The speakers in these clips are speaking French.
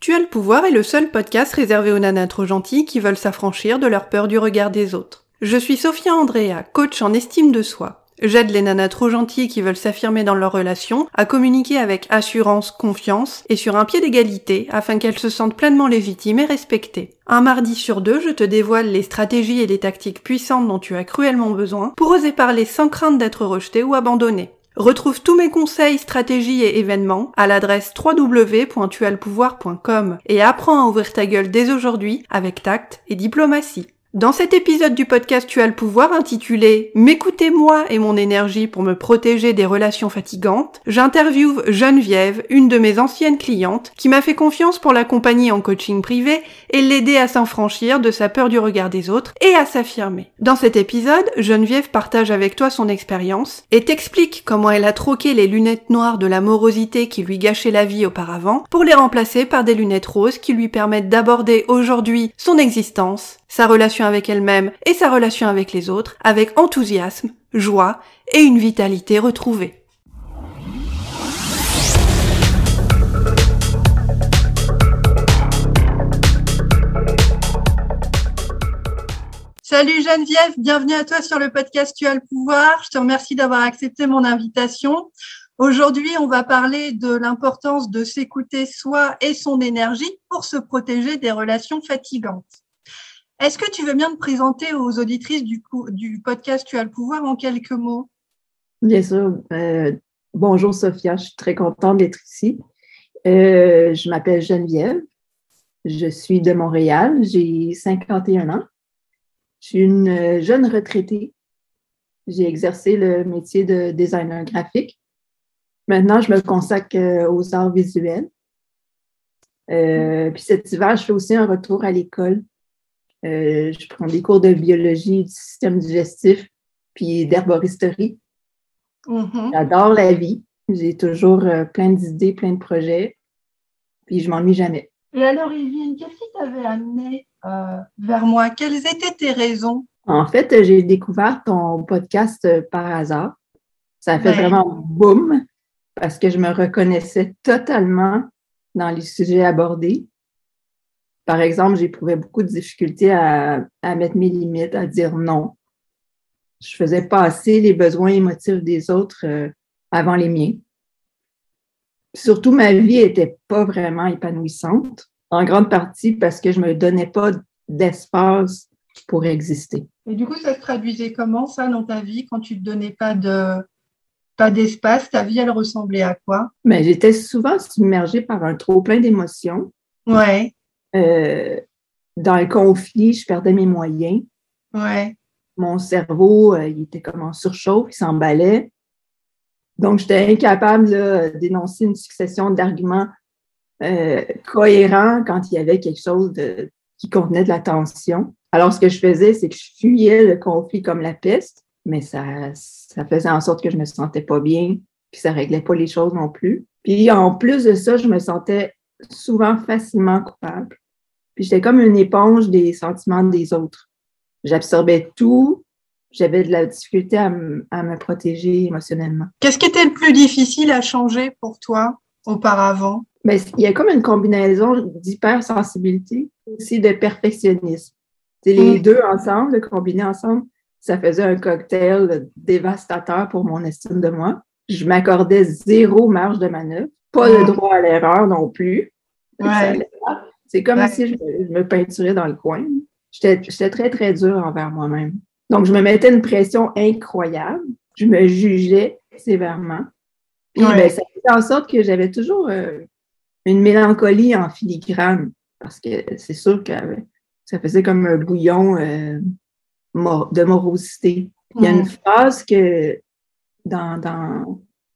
Tu as le pouvoir est le seul podcast réservé aux nanas trop gentilles qui veulent s'affranchir de leur peur du regard des autres. Je suis Sophia Andrea, coach en estime de soi. J'aide les nanas trop gentilles qui veulent s'affirmer dans leurs relations à communiquer avec assurance, confiance et sur un pied d'égalité afin qu'elles se sentent pleinement légitimes et respectées. Un mardi sur deux, je te dévoile les stratégies et les tactiques puissantes dont tu as cruellement besoin pour oser parler sans crainte d'être rejetée ou abandonnée. Retrouve tous mes conseils, stratégies et événements à l'adresse www.tuaslepouvoir.com et apprends à ouvrir ta gueule dès aujourd'hui avec tact et diplomatie. Dans cet épisode du podcast Tu as le pouvoir intitulé « M'écoutez-moi et mon énergie pour me protéger des relations fatigantes », j'interviewe Geneviève, une de mes anciennes clientes, qui m'a fait confiance pour l'accompagner en coaching privé et l'aider à s'affranchir de sa peur du regard des autres et à s'affirmer. Dans cet épisode, Geneviève partage avec toi son expérience et t'explique comment elle a troqué les lunettes noires de la morosité qui lui gâchait la vie auparavant pour les remplacer par des lunettes roses qui lui permettent d'aborder aujourd'hui son existence, sa relation avec elle-même et sa relation avec les autres, avec enthousiasme, joie et une vitalité retrouvée. Salut Geneviève, bienvenue à toi sur le podcast Tu as le pouvoir. Je te remercie d'avoir accepté mon invitation. Aujourd'hui, on va parler de l'importance de s'écouter soi et son énergie pour se protéger des relations fatigantes. Est-ce que tu veux bien te présenter aux auditrices du podcast Tu as le pouvoir en quelques mots? Bien sûr. Bonjour Sophia, je suis très contente d'être ici. Je m'appelle Geneviève, je suis de Montréal, j'ai 51 ans. Je suis une jeune retraitée. J'ai exercé le métier de designer graphique. Maintenant, je me consacre aux arts visuels. Puis cet hiver, je fais aussi un retour à l'école. Je prends des cours de biologie du système digestif puis d'herboristerie. J'adore la vie. J'ai toujours plein d'idées, plein de projets. Puis je m'ennuie jamais. Et alors, Yvine, qu'est-ce qui t'avait amené vers moi? Quelles étaient tes raisons? En fait, j'ai découvert ton podcast par hasard. Ça a fait vraiment boum parce que je me reconnaissais totalement dans les sujets abordés. Par exemple, j'éprouvais beaucoup de difficultés à mettre mes limites, à dire non. Je faisais passer les besoins émotifs des autres avant les miens. Surtout, ma vie n'était pas vraiment épanouissante, en grande partie parce que je ne me donnais pas d'espace pour exister. Et du coup, ça se traduisait comment, ça, dans ta vie, quand tu ne te donnais pas d'espace? Ta vie, elle ressemblait à quoi? Mais j'étais souvent submergée par un trop-plein d'émotions. Ouais. Dans le conflit, je perdais mes moyens. Ouais. Mon cerveau, il était comme en surchauffe, il s'emballait. Donc, j'étais incapable d'énoncer une succession d'arguments cohérents quand il y avait quelque chose qui contenait de la tension. Alors, ce que je faisais, c'est que je fuyais le conflit comme la peste, mais ça faisait en sorte que je me sentais pas bien, puis ça réglait pas les choses non plus. Puis, en plus de ça, je me sentais souvent facilement coupable. Puis j'étais comme une éponge des sentiments des autres. J'absorbais tout. J'avais de la difficulté à me protéger émotionnellement. Qu'est-ce qui était le plus difficile à changer pour toi auparavant? Mais il y a comme une combinaison d'hypersensibilité, aussi de perfectionnisme. C'est les deux ensemble, combinés ensemble, ça faisait un cocktail dévastateur pour mon estime de moi. Je m'accordais zéro marge de manœuvre, pas le droit à l'erreur non plus. Ouais. C'est comme si je me peinturais dans le coin. J'étais très, très dure envers moi-même. Donc, je me mettais une pression incroyable. Je me jugeais sévèrement. Puis, ça faisait en sorte que j'avais toujours une mélancolie en filigrane. Parce que c'est sûr que ça faisait comme un bouillon de morosité. Il y a une phrase que dans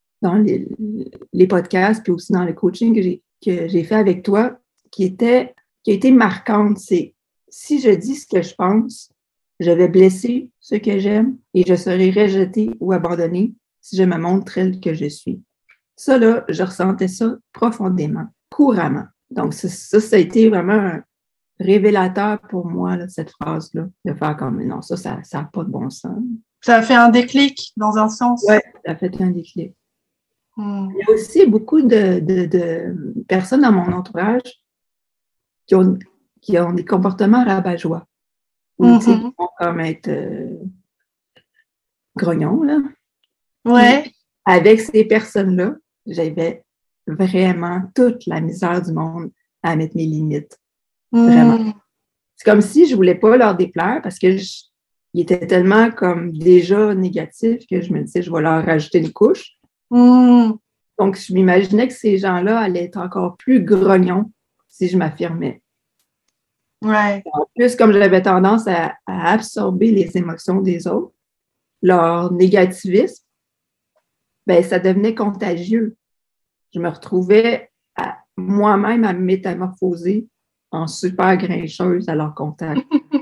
les podcasts, puis aussi dans le coaching que j'ai fait avec toi, qui a été marquante, c'est si je dis ce que je pense, je vais blesser ceux que j'aime et je serai rejetée ou abandonnée si je me montre tel que je suis. Ça, là, je ressentais ça profondément, couramment. Donc, ça a été vraiment un révélateur pour moi, là, cette phrase-là, de faire comme non, ça n'a pas de bon sens. Ça a fait un déclic, dans un sens? Oui, ça a fait un déclic. Il y a aussi beaucoup de personnes dans mon entourage qui ont, qui ont des comportements rabat-joie. Ou, tu sais, qui vont comme être grognons, là. Ouais. Puis, avec ces personnes-là, j'avais vraiment toute la misère du monde à mettre mes limites. Vraiment. C'est comme si je voulais pas leur déplaire parce que ils étaient tellement comme déjà négatifs que je me disais, je vais leur rajouter une couche. Donc, je m'imaginais que ces gens-là allaient être encore plus grognons si je m'affirmais. Ouais. En plus, comme j'avais tendance à absorber les émotions des autres, leur négativisme, ben, ça devenait contagieux. Je me retrouvais moi-même à me métamorphoser en super grincheuse à leur contact.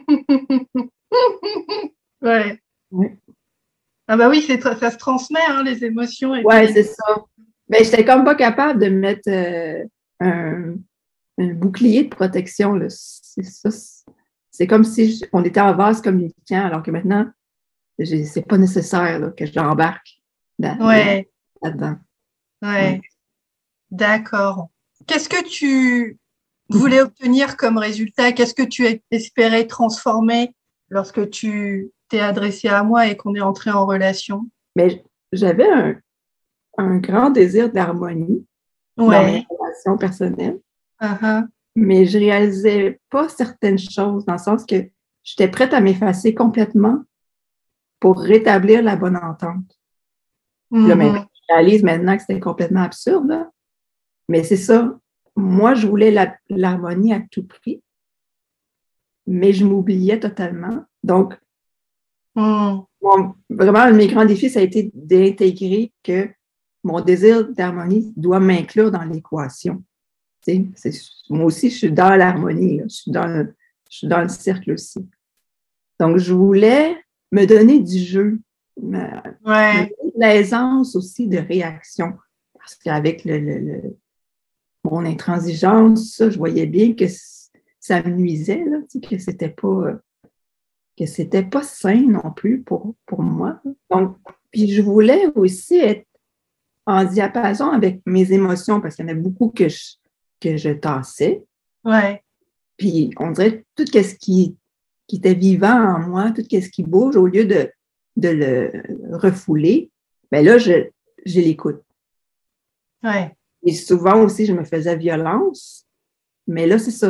Ouais. Ouais. Ah bah oui, ça se transmet, hein, les émotions. Et Ouais, puis... c'est ça. Mais j'étais comme pas capable de mettre un bouclier de protection, là. C'est ça. C'est comme si on était en vase communicant, alors que maintenant, c'est pas nécessaire là, que je l'embarque là-dedans. Ouais. D'accord. Qu'est-ce que tu voulais obtenir comme résultat? Qu'est-ce que tu espérais transformer lorsque tu t'es adressé à moi et qu'on est entré en relation? Mais j'avais un grand désir d'harmonie dans mes relations personnelles, mais je réalisais pas certaines choses dans le sens que j'étais prête à m'effacer complètement pour rétablir la bonne entente. Là, mais je réalise maintenant que c'était complètement absurde, là. Mais c'est ça. Moi, je voulais l'harmonie à tout prix, mais je m'oubliais totalement. Donc, vraiment, un de mes grands défis, ça a été d'intégrer que mon désir d'harmonie doit m'inclure dans l'équation. Moi aussi, je suis dans l'harmonie, je suis dans le cercle aussi. Donc, je voulais me donner du jeu, me donner de l'aisance aussi de réaction. Parce qu'avec mon intransigeance, ça, je voyais bien que ça me nuisait, là, que c'était pas sain non plus pour moi. Donc, puis je voulais aussi être en diapason avec mes émotions parce qu'il y en a beaucoup que je tassais. Ouais. Puis on dirait tout ce qui était vivant en moi, tout ce qui bouge, au lieu de le refouler, bien là, je l'écoute. Ouais. Et souvent aussi, je me faisais violence, mais là, c'est ça,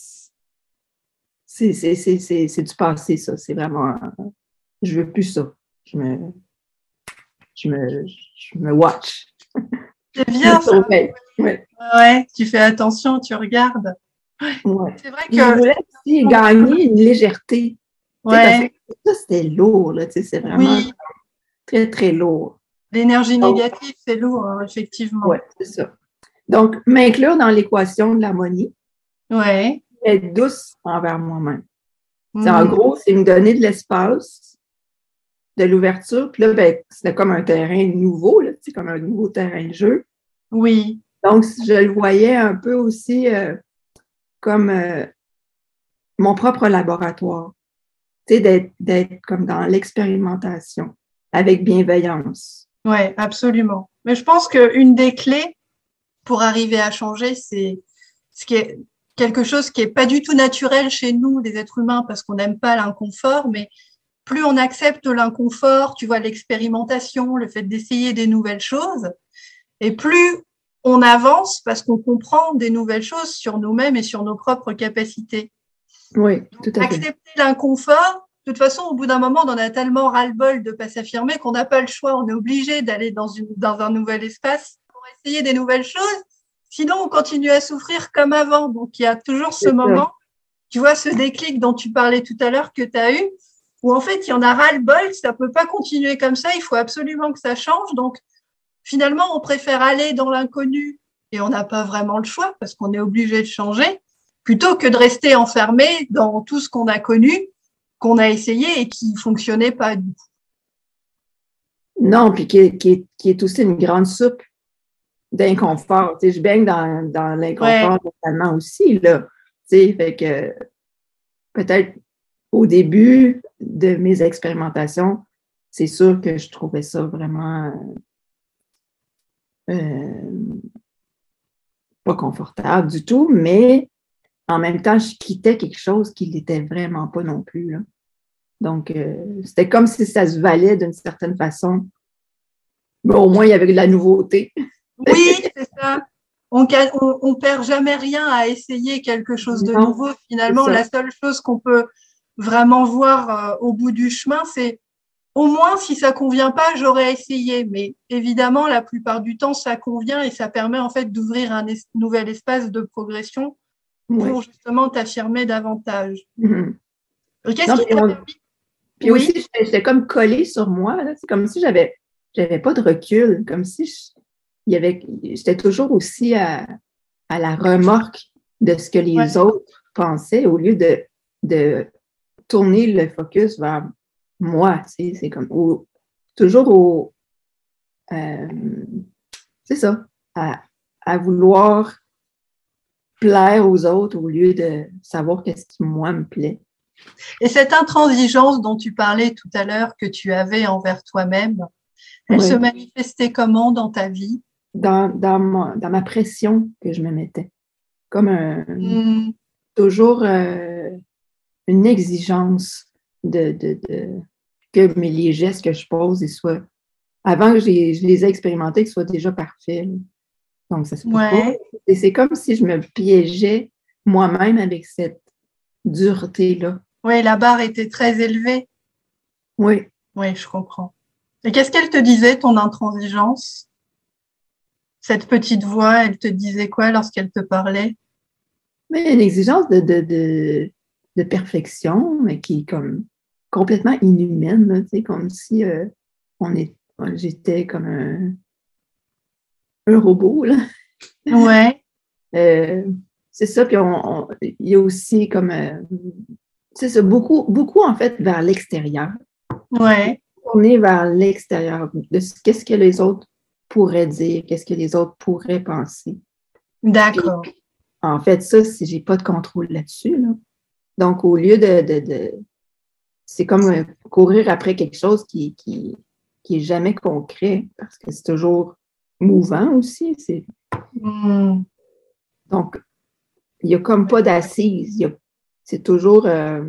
c'est du passé, ça. C'est vraiment, je veux plus ça. Je me watch. C'est bien ça. Ouais, tu fais attention, tu regardes. Ouais. C'est vrai que je voulais aussi gagner une légèreté. Parce que ça, c'était lourd, là, c'est vraiment très, très lourd. L'énergie négative, c'est lourd, hein, effectivement. Oui, c'est ça. Donc, m'inclure dans l'équation de l'harmonie. Ouais. Être douce envers moi-même. En gros, c'est me donner de l'espace, de l'ouverture. Puis là, ben, c'était comme un terrain nouveau, là, comme un nouveau terrain de jeu. Oui. Donc, je le voyais un peu aussi comme mon propre laboratoire. D'être comme dans l'expérimentation, avec bienveillance. Oui, absolument. Mais je pense qu'une des clés pour arriver à changer, c'est ce qui est quelque chose qui est pas du tout naturel chez nous, les êtres humains, parce qu'on n'aime pas l'inconfort, mais plus on accepte l'inconfort, tu vois, l'expérimentation, le fait d'essayer des nouvelles choses, et plus on avance parce qu'on comprend des nouvelles choses sur nous-mêmes et sur nos propres capacités. Oui, tout à fait. Accepter l'inconfort, de toute façon, au bout d'un moment, on en a tellement ras-le-bol de ne pas s'affirmer qu'on n'a pas le choix, on est obligé d'aller dans un nouvel espace pour essayer des nouvelles choses. Sinon, on continue à souffrir comme avant. Donc, il y a toujours ce moment, tu vois, ce déclic dont tu parlais tout à l'heure que tu as eu, où en fait, il y en a ras-le-bol, ça peut pas continuer comme ça, il faut absolument que ça change. Donc, finalement, on préfère aller dans l'inconnu et on n'a pas vraiment le choix parce qu'on est obligé de changer, plutôt que de rester enfermé dans tout ce qu'on a connu, qu'on a essayé et qui ne fonctionnait pas du tout. Non, puis qui est aussi une grande soupe d'inconfort. Tu sais, je baigne dans l'inconfort totalement aussi, là. Tu sais, fait que peut-être au début de mes expérimentations, c'est sûr que je trouvais ça vraiment pas confortable du tout, mais en même temps, je quittais quelque chose qui ne l'était vraiment pas non plus, là. Donc, c'était comme si ça se valait d'une certaine façon. Mais au moins, il y avait de la nouveauté. Oui, c'est ça. On perd jamais rien à essayer quelque chose de Non, nouveau. Finalement, c'est ça. la seule chose qu'on peut vraiment voir au bout du chemin, c'est au moins si ça convient pas, j'aurais essayé. Mais évidemment, la plupart du temps, ça convient et ça permet en fait d'ouvrir un nouvel espace de progression Oui. pour justement t'affirmer davantage. Mhm. Et qu'est-ce Non, qui t'a permis? puis Oui, aussi, j'étais comme collée sur moi, là. C'est comme si j'avais pas de recul, comme si j'étais toujours aussi à la remorque de ce que les ouais. autres pensaient au lieu de tourner le focus vers moi. C'est comme toujours euh, c'est ça, à vouloir plaire aux autres au lieu de savoir qu'est-ce qui, moi, me plaît. Et cette intransigeance dont tu parlais tout à l'heure que tu avais envers toi-même, elle se Oui. manifestait comment dans ta vie? Dans ma pression que je me mettais. Comme Hmm. toujours une exigence que les gestes que je pose, ils soient, avant que je les ai expérimentés, qu'ils soient déjà parfaits, là. Donc, ça se peut pas. Ouais, Et c'est comme si je me piégeais moi-même avec cette dureté-là. ouais, la barre était très élevée. Oui. Oui, je comprends. Et qu'est-ce qu'elle te disait, ton intransigeance? Cette petite voix, elle te disait quoi lorsqu'elle te parlait? Mais une exigence de perfection, mais qui est comme complètement inhumaine, là, tu sais, comme si j'étais comme un robot, là. Ouais, Euh, c'est ça, puis il y a aussi comme, c'est ça, beaucoup, beaucoup en fait vers l'extérieur. ouais, Tourner vers l'extérieur, qu'est-ce que les autres pourraient dire, qu'est-ce que les autres pourraient penser. Puis, d'accord. en fait, ça, j'ai pas de contrôle là-dessus, là. Donc, au lieu c'est comme courir après quelque chose qui est jamais concret, parce que c'est toujours mouvant aussi. Hmm. Donc, il n'y a comme pas d'assise. C'est toujours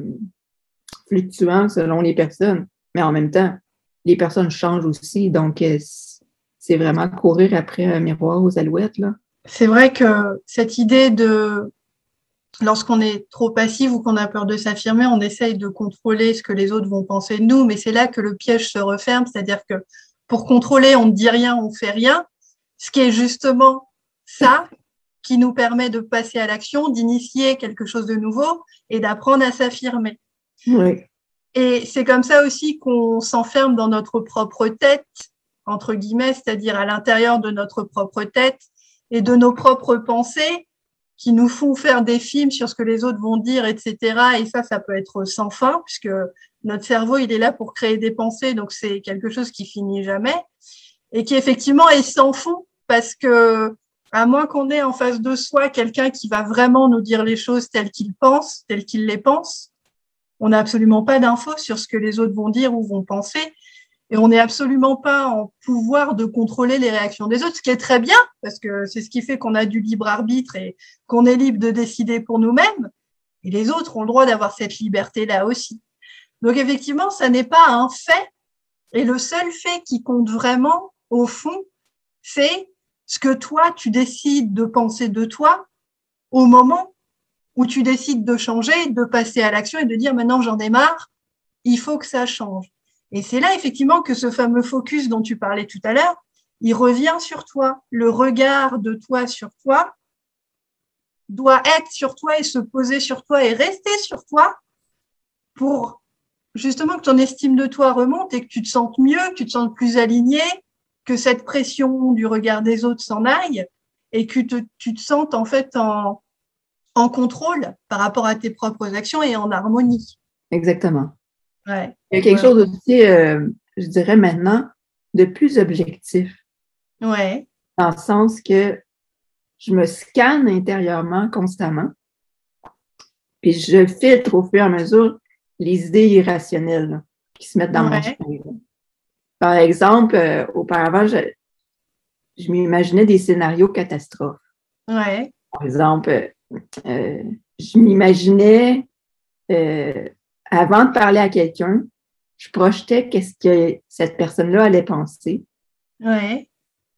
fluctuant selon les personnes. Mais en même temps, les personnes changent aussi. Donc, c'est vraiment courir après un miroir aux alouettes, là. C'est vrai que cette idée de, lorsqu'on est trop passif ou qu'on a peur de s'affirmer, on essaye de contrôler ce que les autres vont penser de nous, mais c'est là que le piège se referme, c'est-à-dire que pour contrôler, on ne dit rien, on fait rien, ce qui est justement ça qui nous permet de passer à l'action, d'initier quelque chose de nouveau et d'apprendre à s'affirmer. Oui. Et c'est comme ça aussi qu'on s'enferme dans notre propre tête, entre guillemets, c'est-à-dire à l'intérieur de notre propre tête et de nos propres pensées qui nous font faire des films sur ce que les autres vont dire, etc. Et ça peut être sans fin, puisque notre cerveau, il est là pour créer des pensées, donc c'est quelque chose qui finit jamais, et qui effectivement est sans fond, parce que à moins qu'on ait en face de soi quelqu'un qui va vraiment nous dire les choses telles qu'il pense, telles qu'il les pense, on n'a absolument pas d'infos sur ce que les autres vont dire ou vont penser. Et on n'est absolument pas en pouvoir de contrôler les réactions des autres, ce qui est très bien, parce que c'est ce qui fait qu'on a du libre arbitre et qu'on est libre de décider pour nous-mêmes. Et les autres ont le droit d'avoir cette liberté-là aussi. Donc effectivement, ça n'est pas un fait. Et le seul fait qui compte vraiment, au fond, c'est ce que toi, tu décides de penser de toi au moment où tu décides de changer, de passer à l'action et de dire maintenant j'en ai marre, il faut que ça change. Et c'est là effectivement que ce fameux focus dont tu parlais tout à l'heure, il revient sur toi. Le regard de toi sur toi doit être sur toi et se poser sur toi et rester sur toi pour justement que ton estime de toi remonte et que tu te sentes mieux, que tu te sentes plus aligné, que cette pression du regard des autres s'en aille et que tu te sentes en fait en contrôle par rapport à tes propres actions et en harmonie. Exactement. Ouais. Il y a quelque chose aussi, je dirais maintenant, de plus objectif, Ouais. dans le sens que je me scanne intérieurement constamment, puis je filtre au fur et à mesure les idées irrationnelles là, qui se mettent dans mon Ouais. chemin, là. Par exemple, auparavant, je m'imaginais des scénarios catastrophes. Ouais. Par exemple, je m'imaginais, avant de parler à quelqu'un, je projetais qu'est-ce que cette personne-là allait penser. Ouais.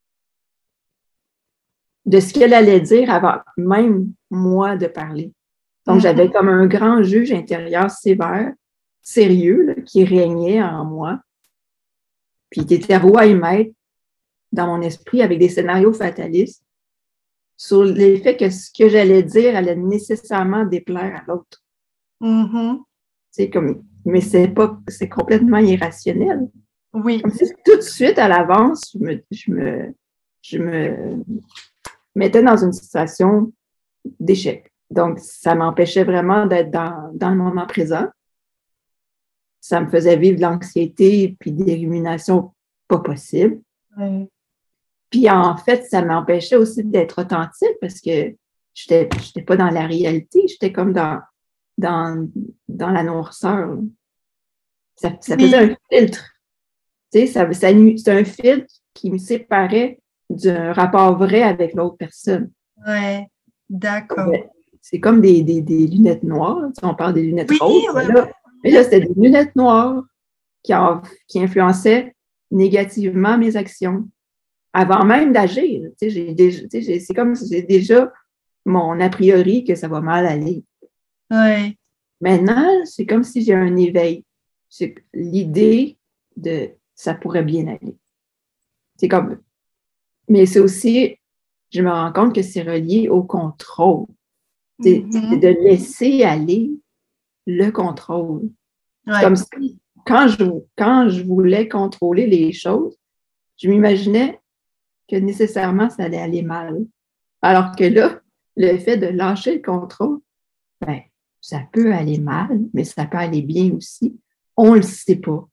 De ce qu'elle allait dire avant même moi de parler. Donc, j'avais comme un grand juge intérieur sévère, sérieux, là, qui régnait en moi. Puis qui était roi et maître dans mon esprit avec des scénarios fatalistes sur l'effet que ce que j'allais dire allait nécessairement déplaire à l'autre. C'est comme, mais c'est complètement irrationnel. Oui. Comme si tout de suite à l'avance, je me mettais dans une situation d'échec. Donc, ça m'empêchait vraiment d'être dans le moment présent. Ça me faisait vivre de l'anxiété et puis des ruminations pas possibles. Ouais. Puis en fait, ça m'empêchait aussi d'être authentique parce que j'étais pas dans la réalité, j'étais comme dans la noirceur. Ça faisait un filtre. Tu sais, c'est un filtre qui me séparait d'un rapport vrai avec l'autre personne. Ouais, d'accord. C'est comme des lunettes noires. Tu sais, on parle des lunettes roses. Ouais, mais là, c'était des lunettes noires qui influençaient négativement mes actions. Avant même d'agir. Tu sais, c'est comme si j'ai déjà mon a priori que ça va mal aller. Ouais. Maintenant, c'est comme si j'ai un éveil. C'est l'idée de ça pourrait bien aller. C'est comme. Mais c'est aussi, je me rends compte que c'est relié au contrôle. C'est de laisser aller le contrôle. Ouais. C'est comme si, quand je voulais contrôler les choses, je m'imaginais que nécessairement ça allait aller mal. Alors que là, le fait de lâcher le contrôle, ben, ça peut aller mal, mais ça peut aller bien aussi. On le sait pas.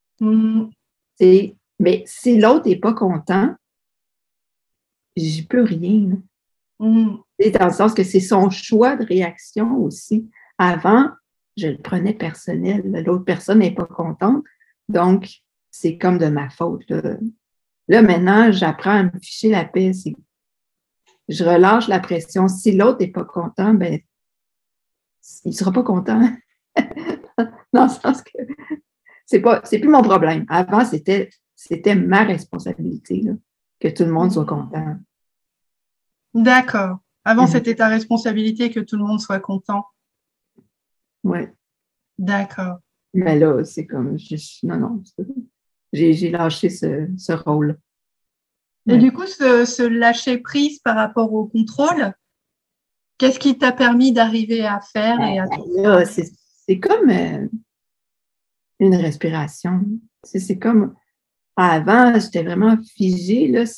Mais si l'autre n'est pas content, j'y peux rien. Dans le sens que c'est son choix de réaction aussi. Avant, je le prenais personnel. L'autre personne n'est pas contente. Donc, c'est comme de ma faute. Là, maintenant, j'apprends à me ficher la paix. Je relâche la pression. Si l'autre n'est pas content, ben, il ne sera pas content. Dans le sens que c'est plus mon problème. Avant, c'était ma responsabilité, là, que tout le monde soit content. D'accord. Avant, c'était ta responsabilité que tout le monde soit content. Oui. D'accord. Mais là, c'est comme, non, j'ai lâché ce rôle. Et du coup, ce lâcher prise par rapport au contrôle, qu'est-ce qui t'a permis d'arriver à faire et à là, c'est comme une respiration. C'est comme, avant, j'étais vraiment figée, là.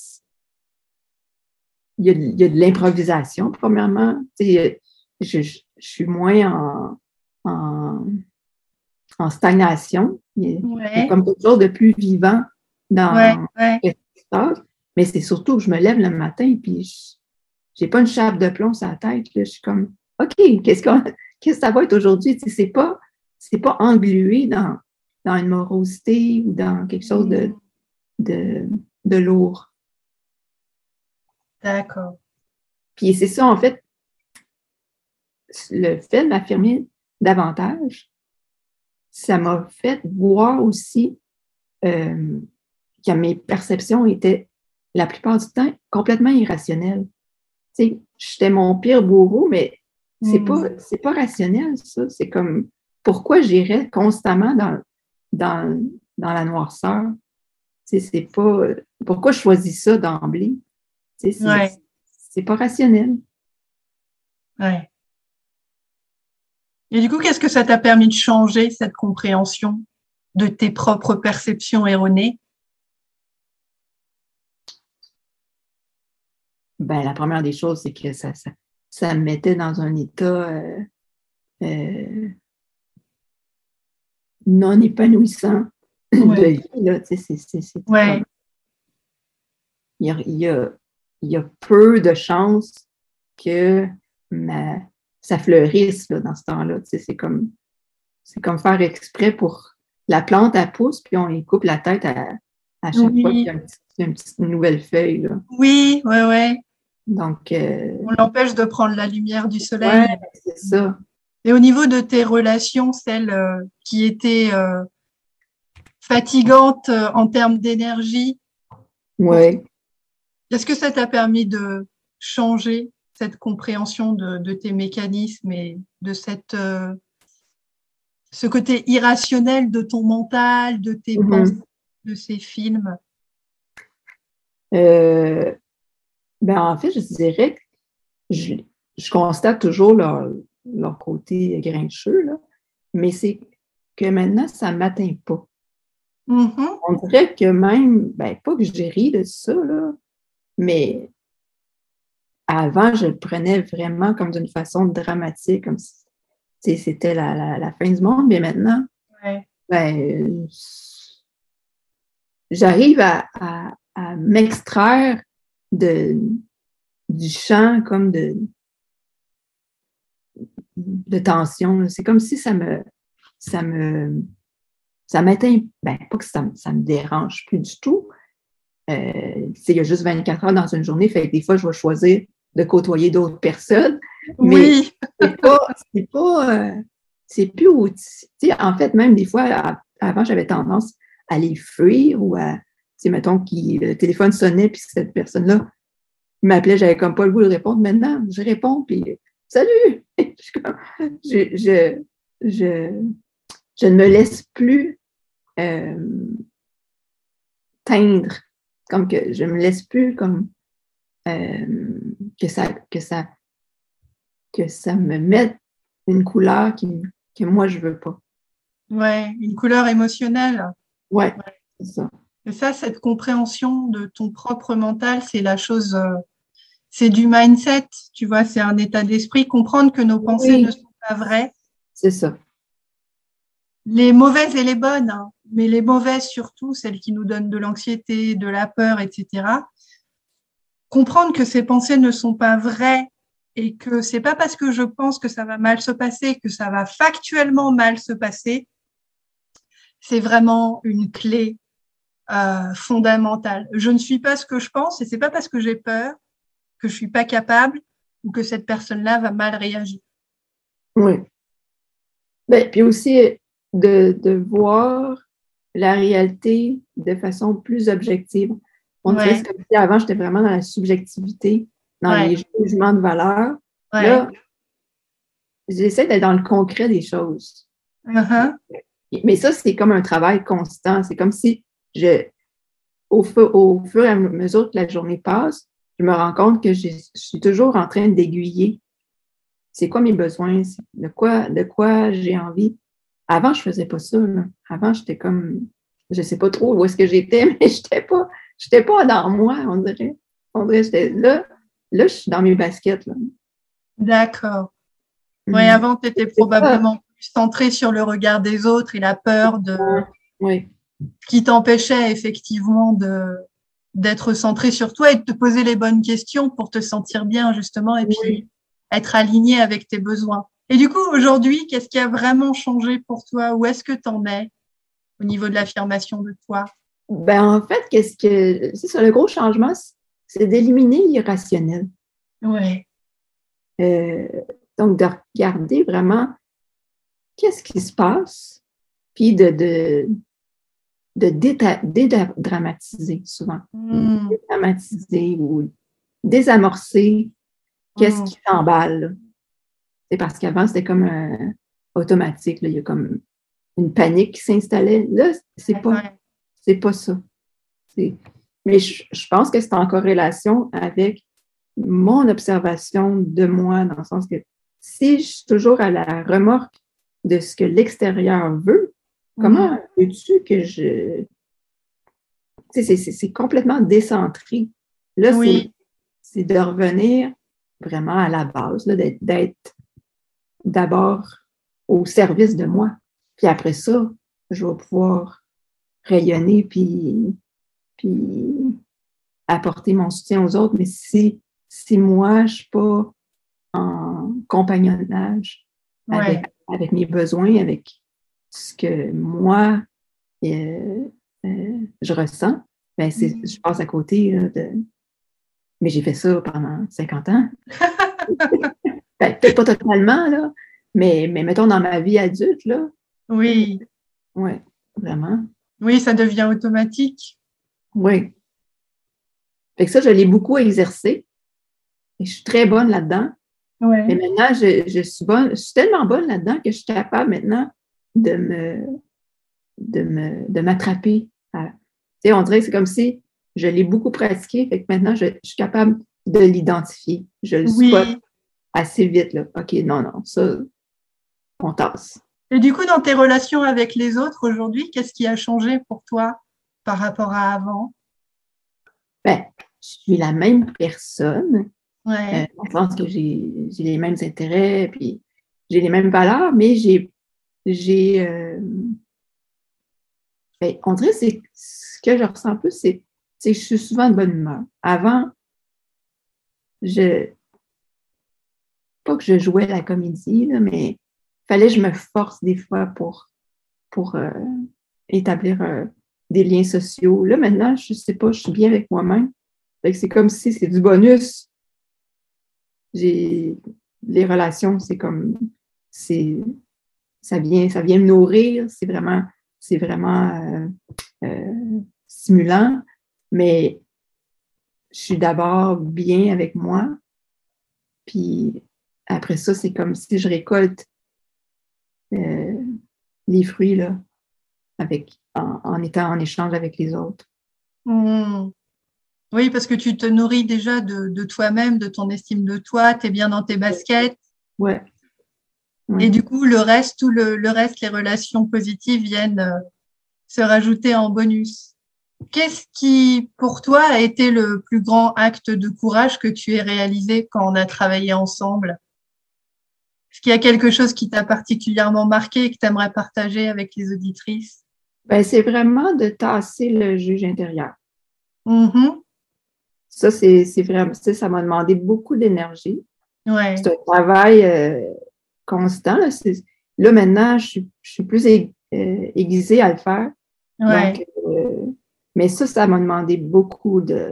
Il y a de l'improvisation, premièrement. Je suis moins en stagnation. Il y a comme quelque chose de plus vivant dans ce qui se passe. Mais c'est surtout que je me lève le matin et puis j'ai pas une chape de plomb sur la tête. Là. Je suis comme, OK, qu'est-ce que ça va être aujourd'hui? C'est pas englué dans une morosité ou dans quelque chose de lourd. D'accord. Puis c'est ça, en fait, le fait de m'affirmer davantage, ça m'a fait voir aussi que mes perceptions étaient, la plupart du temps, complètement irrationnelles. Tu sais, j'étais mon pire bourreau, mais c'est pas rationnel, ça. C'est comme, pourquoi j'irais constamment dans la noirceur? Tu sais, c'est pas, pourquoi je choisis ça d'emblée? Tu sais, c'est pas rationnel. Ouais. Et du coup, qu'est-ce que ça t'a permis de changer, cette compréhension de tes propres perceptions erronées? Ben, la première des choses, c'est que ça me mettait dans un état non épanouissant de vie. Là. Comme, il y a peu de chances que ça fleurisse là, dans ce temps-là. C'est comme faire exprès pour la plante, elle pousse, puis on lui coupe la tête à chaque fois qu'il y a une petite nouvelle feuille. Là. Oui, ouais. Donc, On l'empêche de prendre la lumière du soleil. ouais, c'est ça. Et au niveau de tes relations, celles qui étaient fatigantes en termes d'énergie, Ouais. est-ce que ça t'a permis de changer cette compréhension de tes mécanismes et de ce côté irrationnel de ton mental, de tes pensées, de ces films? En fait, je dirais que je constate toujours leur côté grincheux, là, mais c'est que maintenant, ça ne m'atteint pas. Mm-hmm. On dirait que même, pas que j'ai ri de ça, là, mais avant, je le prenais vraiment comme d'une façon dramatique, comme si c'était la fin du monde, mais maintenant, j'arrive à m'extraire du champ comme de tension. C'est comme si ça m'atteint, pas que ça me dérange plus du tout. Il y a juste 24 heures dans une journée, fait que des fois, je vais choisir de côtoyer d'autres personnes, mais c'est plus en fait, même des fois, avant, j'avais tendance à les fuir ou mettons, le téléphone sonnait, puis cette personne-là m'appelait, j'avais comme pas le goût de répondre. Maintenant, je réponds, puis salut! je ne me laisse plus teindre, comme que je me laisse plus comme que ça me mette une couleur que moi je veux pas. Ouais, une couleur émotionnelle. Ouais, c'est ça. Et ça, cette compréhension de ton propre mental, c'est la chose, c'est du mindset, tu vois, c'est un état d'esprit, comprendre que nos pensées ne sont pas vraies. C'est ça. Les mauvaises et les bonnes, hein, mais les mauvaises surtout, celles qui nous donnent de l'anxiété, de la peur, etc. Comprendre que ces pensées ne sont pas vraies et que c'est pas parce que je pense que ça va mal se passer, que ça va factuellement mal se passer, c'est vraiment une clé fondamentale. Je ne suis pas ce que je pense et c'est pas parce que j'ai peur que je suis pas capable ou que cette personne-là va mal réagir. Oui. Puis aussi de voir la réalité de façon plus objective. On dirait que c'est comme si avant, j'étais vraiment dans la subjectivité, dans les jugements de valeur. Là, j'essaie d'être dans le concret des choses. Mais ça, c'est comme un travail constant. C'est comme si au fur et à mesure que la journée passe, je me rends compte que je suis toujours en train d'aiguiller. C'est quoi mes besoins? De quoi j'ai envie? Avant, je faisais pas ça, là. Avant, j'étais comme, je sais pas trop où est-ce que j'étais, mais j'étais pas dans moi, on dirait. J'étais là, je suis dans mes baskets, là. D'accord. Oui, avant, tu étais probablement plus centrée sur le regard des autres et la peur qui t'empêchait effectivement d'être centrée sur toi et de te poser les bonnes questions pour te sentir bien, justement, et puis être aligné avec tes besoins. Et du coup, aujourd'hui, qu'est-ce qui a vraiment changé pour toi? Où est-ce que tu en es au niveau de l'affirmation de toi? En fait, c'est ça, le gros changement, c'est d'éliminer l'irrationnel. Oui. Donc, de regarder vraiment qu'est-ce qui se passe, puis de dédramatiser souvent. Dédramatiser ou désamorcer qu'est-ce qui s'emballe. C'est parce qu'avant, c'était comme automatique. Là. Il y a comme une panique qui s'installait. Là, c'est pas ça. Mais je pense que c'est en corrélation avec mon observation de moi, dans le sens que si je suis toujours à la remorque de ce que l'extérieur veut, comment veux-tu que je... C'est complètement décentré. Là, c'est de revenir vraiment à la base, là, d'être d'abord au service de moi. Puis après ça, je vais pouvoir rayonner puis apporter mon soutien aux autres. Mais si moi, je ne suis pas en compagnonnage avec mes besoins, avec ce que moi, je ressens, je passe à côté là, Mais j'ai fait ça pendant 50 ans. Ben, peut-être pas totalement, là, mais mettons dans ma vie adulte, là. Oui. Oui, vraiment. Oui, ça devient automatique. Oui. Fait que ça, je l'ai beaucoup exercé. Et je suis très bonne là-dedans. Ouais. Mais maintenant, je suis bonne, je suis tellement bonne là-dedans que je suis capable maintenant de m'attraper. Tu sais, on dirait que c'est comme si je l'ai beaucoup pratiqué, fait que maintenant, je suis capable de l'identifier. Je le spot assez vite, là. OK, non, ça, on tasse. Et du coup, dans tes relations avec les autres aujourd'hui, qu'est-ce qui a changé pour toi par rapport à avant? Ben, je suis la même personne, Ouais. dans le sens que j'ai les mêmes intérêts, puis j'ai les mêmes valeurs, mais ben, on dirait que c'est ce que je ressens un peu, c'est que je suis souvent de bonne humeur. Avant, pas que je jouais la comédie, là, mais il fallait que je me force des fois pour établir des liens sociaux. Là, maintenant, je sais pas, je suis bien avec moi-même. Fait que c'est comme si c'est du bonus. Les relations, c'est comme, ça vient me nourrir, c'est vraiment stimulant, mais je suis d'abord bien avec moi, puis après ça, c'est comme si je récolte les fruits là, en étant en échange avec les autres. Mmh. Oui, parce que tu te nourris déjà de toi-même, de ton estime de toi, tu es bien dans tes baskets. Ouais. Et du coup, le reste, le reste, les relations positives viennent se rajouter en bonus. Qu'est-ce qui, pour toi, a été le plus grand acte de courage que tu aies réalisé quand on a travaillé ensemble? Est-ce qu'il y a quelque chose qui t'a particulièrement marqué et que tu aimerais partager avec les auditrices? Ben, c'est vraiment de tasser le juge intérieur. Mm-hmm. Ça, c'est vraiment, ça m'a demandé beaucoup d'énergie. Ouais. C'est un travail constant. Là, maintenant, je suis plus aiguisée à le faire. Ouais. Donc, mais ça m'a demandé beaucoup de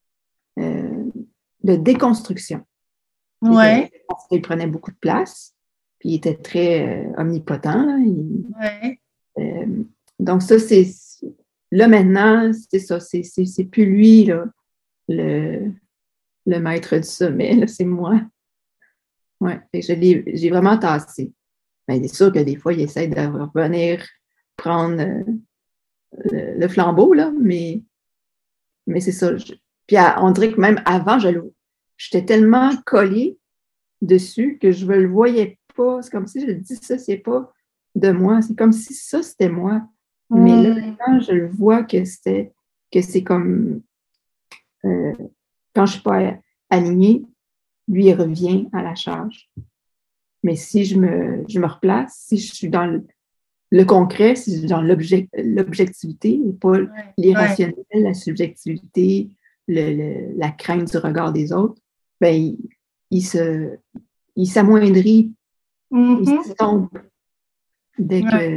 déconstruction. Ouais. Parce qu'il prenait beaucoup de place, puis il était très omnipotent. Là. Ouais. Donc, ça, là maintenant, c'est ça, c'est plus lui, là, le maître du sommet, là, c'est moi. Ouais, j'ai vraiment tassé. Mais c'est sûr que des fois, il essaie de revenir prendre le flambeau, là, mais c'est ça. Puis on dirait que même avant, j'étais tellement collée dessus que je ne le voyais pas. C'est comme si je dis ça, c'est pas de moi. C'est comme si ça, c'était moi. Mais là, maintenant, je le vois que c'est comme quand je ne suis pas alignée, lui, il revient à la charge. Mais si je me replace, si je suis dans le concret, si je suis dans l'objectivité, et pas l'irrationnel, la subjectivité, la crainte du regard des autres, ben, il s'amoindrit, il se tombe dès que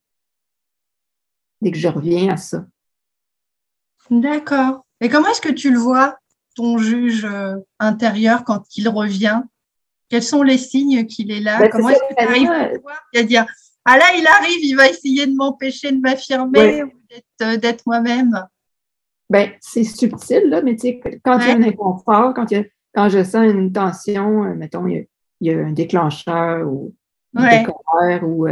je reviens à ça. D'accord. Et comment est-ce que tu le vois, ton juge intérieur, quand il revient? Quels sont les signes qu'il est là? Ben, comment est-ce que tu arrives à le voir et à dire, ah là, il arrive, il va essayer de m'empêcher de m'affirmer ou d'être moi-même? Ben, c'est subtil, là, mais tu sais, quand il y a un inconfort, quand je sens une tension, mettons, il y a un déclencheur ou de colère ou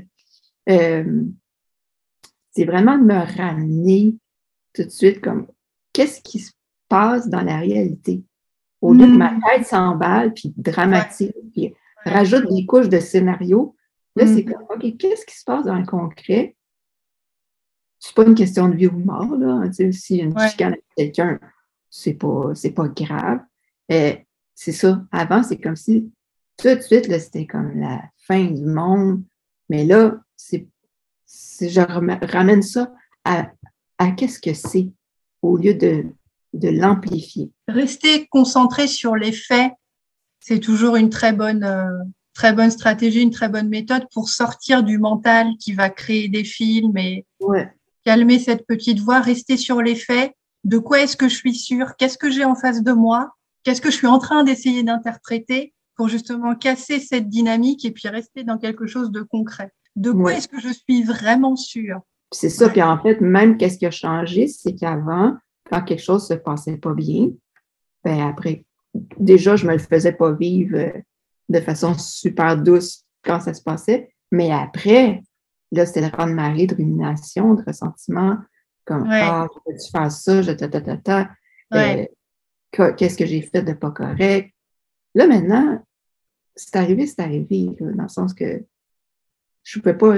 c'est vraiment de me ramener tout de suite comme qu'est-ce qui se passe dans la réalité? Au lieu que ma tête s'emballe, puis dramatise, puis rajoute des couches de scénario, là, c'est comme, OK, qu'est-ce qui se passe dans le concret? C'est pas une question de vie ou de mort, là. Tu sais, si une chicane avec quelqu'un, c'est pas grave. C'est ça. Avant, c'est comme si, tout de suite, là, c'était comme la fin du monde. Mais là, je ramène ça à qu'est-ce que c'est, au lieu de l'amplifier. Rester concentré sur les faits, c'est toujours une très bonne stratégie, une très bonne méthode pour sortir du mental qui va créer des films et calmer cette petite voix, rester sur les faits de quoi est-ce que je suis sûre, qu'est-ce que j'ai en face de moi, qu'est-ce que je suis en train d'essayer d'interpréter pour justement casser cette dynamique et puis rester dans quelque chose de concret. De quoi est-ce que je suis vraiment sûre? C'est ça. Puis en fait, même qu'est-ce qui a changé, c'est qu'avant, quand quelque chose se passait pas bien, ben après, déjà, je me le faisais pas vivre de façon super douce quand ça se passait. Mais après, là, c'était le raz-de-marée de rumination, de ressentiment, comme ah, peux-tu faire ça, qu'est-ce que j'ai fait de pas correct? Là, maintenant, c'est arrivé, là, dans le sens que je ne pouvais pas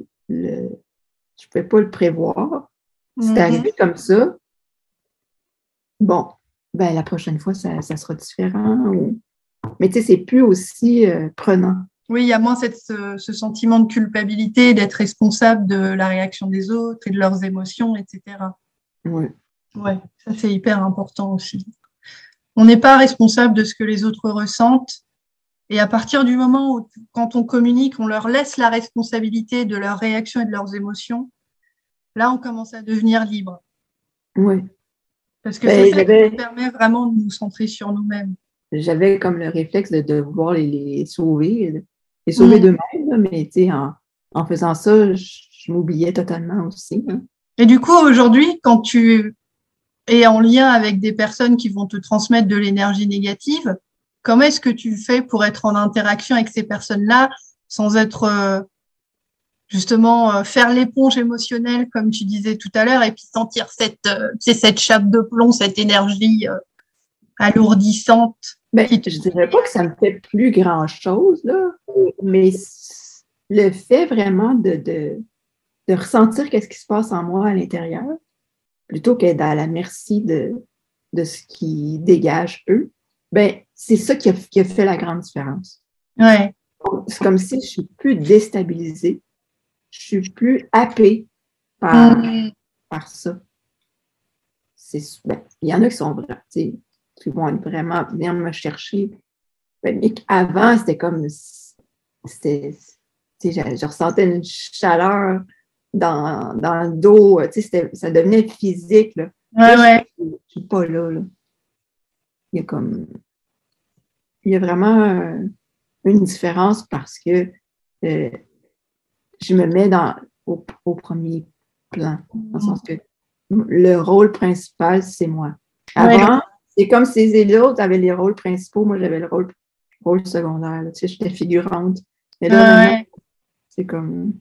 le prévoir. C'est arrivé comme ça. Bon, ben la prochaine fois, ça sera différent. Mais tu sais, c'est plus aussi prenant. Oui, il y a moins ce sentiment de culpabilité, d'être responsable de la réaction des autres et de leurs émotions, etc. Oui. Ouais, ça c'est hyper important aussi. On n'est pas responsable de ce que les autres ressentent. Et à partir du moment où, quand on communique, on leur laisse la responsabilité de leurs réactions et de leurs émotions, là, on commence à devenir libre. Oui. Parce que c'est ça qui nous permet vraiment de nous centrer sur nous-mêmes. J'avais comme le réflexe de vouloir les sauver d'eux-mêmes, mais tu sais, en faisant ça, je m'oubliais totalement aussi. Hein. Et du coup, aujourd'hui, quand tu es en lien avec des personnes qui vont te transmettre de l'énergie négative, comment est-ce que tu fais pour être en interaction avec ces personnes-là sans être justement faire l'éponge émotionnelle, comme tu disais tout à l'heure, et puis sentir cette chape de plomb, cette énergie alourdissante? Ben, je ne dirais pas que ça me fait plus grand-chose, là, mais le fait vraiment de ressentir qu'est-ce qui se passe en moi à l'intérieur, plutôt qu'être à la merci de ce qui dégage eux, ben, c'est ça qui a fait la grande différence. Ouais. C'est comme si je suis plus déstabilisée, je suis plus happée par ça. Ben, il y en a qui sont vraiment, qui vont vraiment venir me chercher. Mais avant, c'était comme, je ressentais une chaleur dans le dos, ça devenait physique. Là. Je ne suis pas là. Il y a vraiment une différence parce que je me mets au premier plan, dans le sens que le rôle principal, c'est moi. Avant, c'est comme si les autres avaient les rôles principaux, moi j'avais le rôle secondaire. Là. Tu sais, j'étais figurante. Mais là, c'est comme...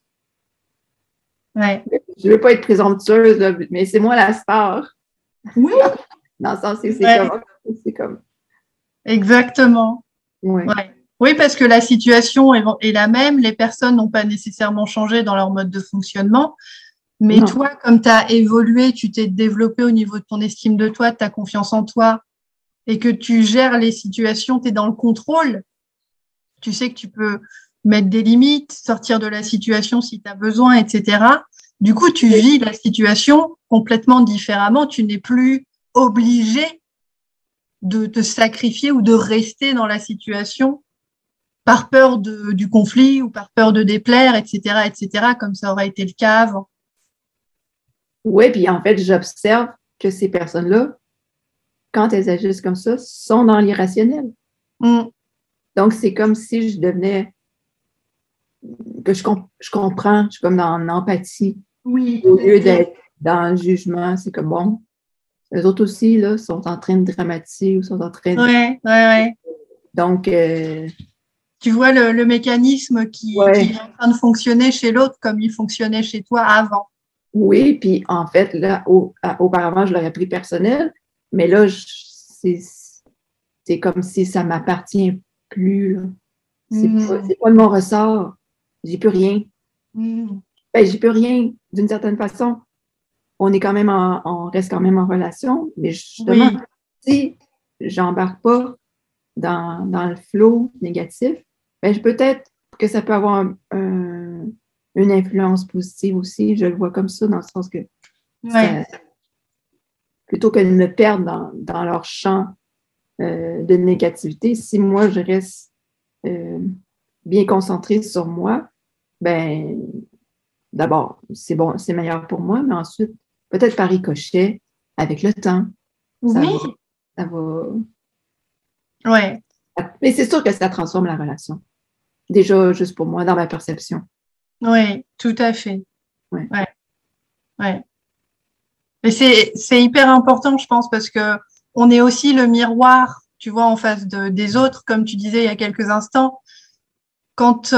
Ouais. Je ne veux pas être présomptueuse, là, mais c'est moi la star. Oui. Dans le sens que c'est comme... Exactement. Ouais. Ouais. Oui, parce que la situation est la même, les personnes n'ont pas nécessairement changé dans leur mode de fonctionnement, mais non. Toi, comme tu as évolué, tu t'es développé au niveau de ton estime de toi, de ta confiance en toi, et que tu gères les situations, tu es dans le contrôle, tu sais que tu peux mettre des limites, sortir de la situation si tu as besoin, etc. Du coup, tu vis la situation complètement différemment, tu n'es plus obligé de te sacrifier ou de rester dans la situation par peur du conflit ou par peur de déplaire, etc., comme ça aurait été le cas avant. Oui, puis en fait, j'observe que ces personnes-là, quand elles agissent comme ça, sont dans l'irrationnel. Donc, c'est comme si je devenais, que je comprends, je suis comme dans l'empathie. Oui. Au lieu d'être dans le jugement, c'est comme bon, eux autres aussi, là, sont en train de dramatiser ou sont en train de... Ouais. Donc... tu vois le mécanisme qui est en train de fonctionner chez l'autre comme il fonctionnait chez toi avant. Oui, puis en fait, là, auparavant, je l'aurais pris personnel, mais là, c'est comme si ça ne m'appartient plus. C'est pas de mon ressort. J'ai plus rien. Ben, j'ai plus rien, d'une certaine façon. On reste quand même en relation, mais justement, si j'embarque pas dans le flot négatif, ben, peut-être que ça peut avoir une influence positive aussi. Je le vois comme ça, dans le sens que plutôt que de me perdre dans leur champ de négativité, si moi je reste bien concentrée sur moi, ben d'abord, c'est bon, c'est meilleur pour moi, mais ensuite, peut-être par ricochet, avec le temps, Oui. ça va. Ouais. Mais c'est sûr que ça transforme la relation. Déjà, juste pour moi, dans ma perception. Oui, tout à fait. Ouais. Ouais. Ouais. Mais c'est hyper important, je pense, parce que on est aussi le miroir, tu vois, en face des autres, comme tu disais il y a quelques instants. Quand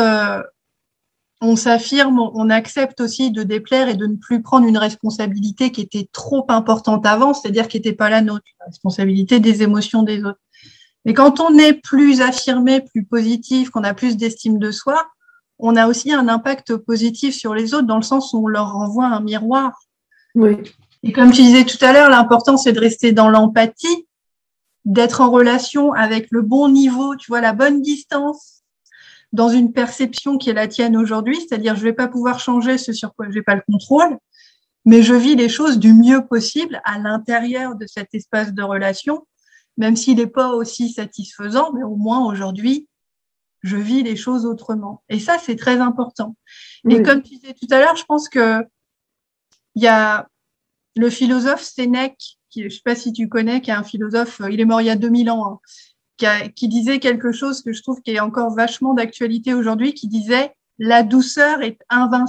on s'affirme, on accepte aussi de déplaire et de ne plus prendre une responsabilité qui était trop importante avant, c'est-à-dire qui n'était pas la nôtre, la responsabilité des émotions des autres. Mais quand on est plus affirmé, plus positif, qu'on a plus d'estime de soi, on a aussi un impact positif sur les autres dans le sens où on leur renvoie un miroir. Oui. Et comme tu disais tout à l'heure, l'important, c'est de rester dans l'empathie, d'être en relation avec le bon niveau, tu vois, la bonne distance, dans une perception qui est la tienne aujourd'hui, c'est-à-dire je vais pas pouvoir changer ce sur quoi je n'ai pas le contrôle, mais je vis les choses du mieux possible à l'intérieur de cet espace de relation, même s'il n'est pas aussi satisfaisant, mais au moins aujourd'hui, je vis les choses autrement. Et ça, c'est très important. Oui. Et comme tu disais tout à l'heure, je pense que il y a le philosophe Sénèque, qui, je ne sais pas si tu connais, qui est un philosophe, il est mort il y a 2000 ans, hein, qui disait quelque chose que je trouve qui est encore vachement d'actualité aujourd'hui, qui disait « la douceur est invincible ».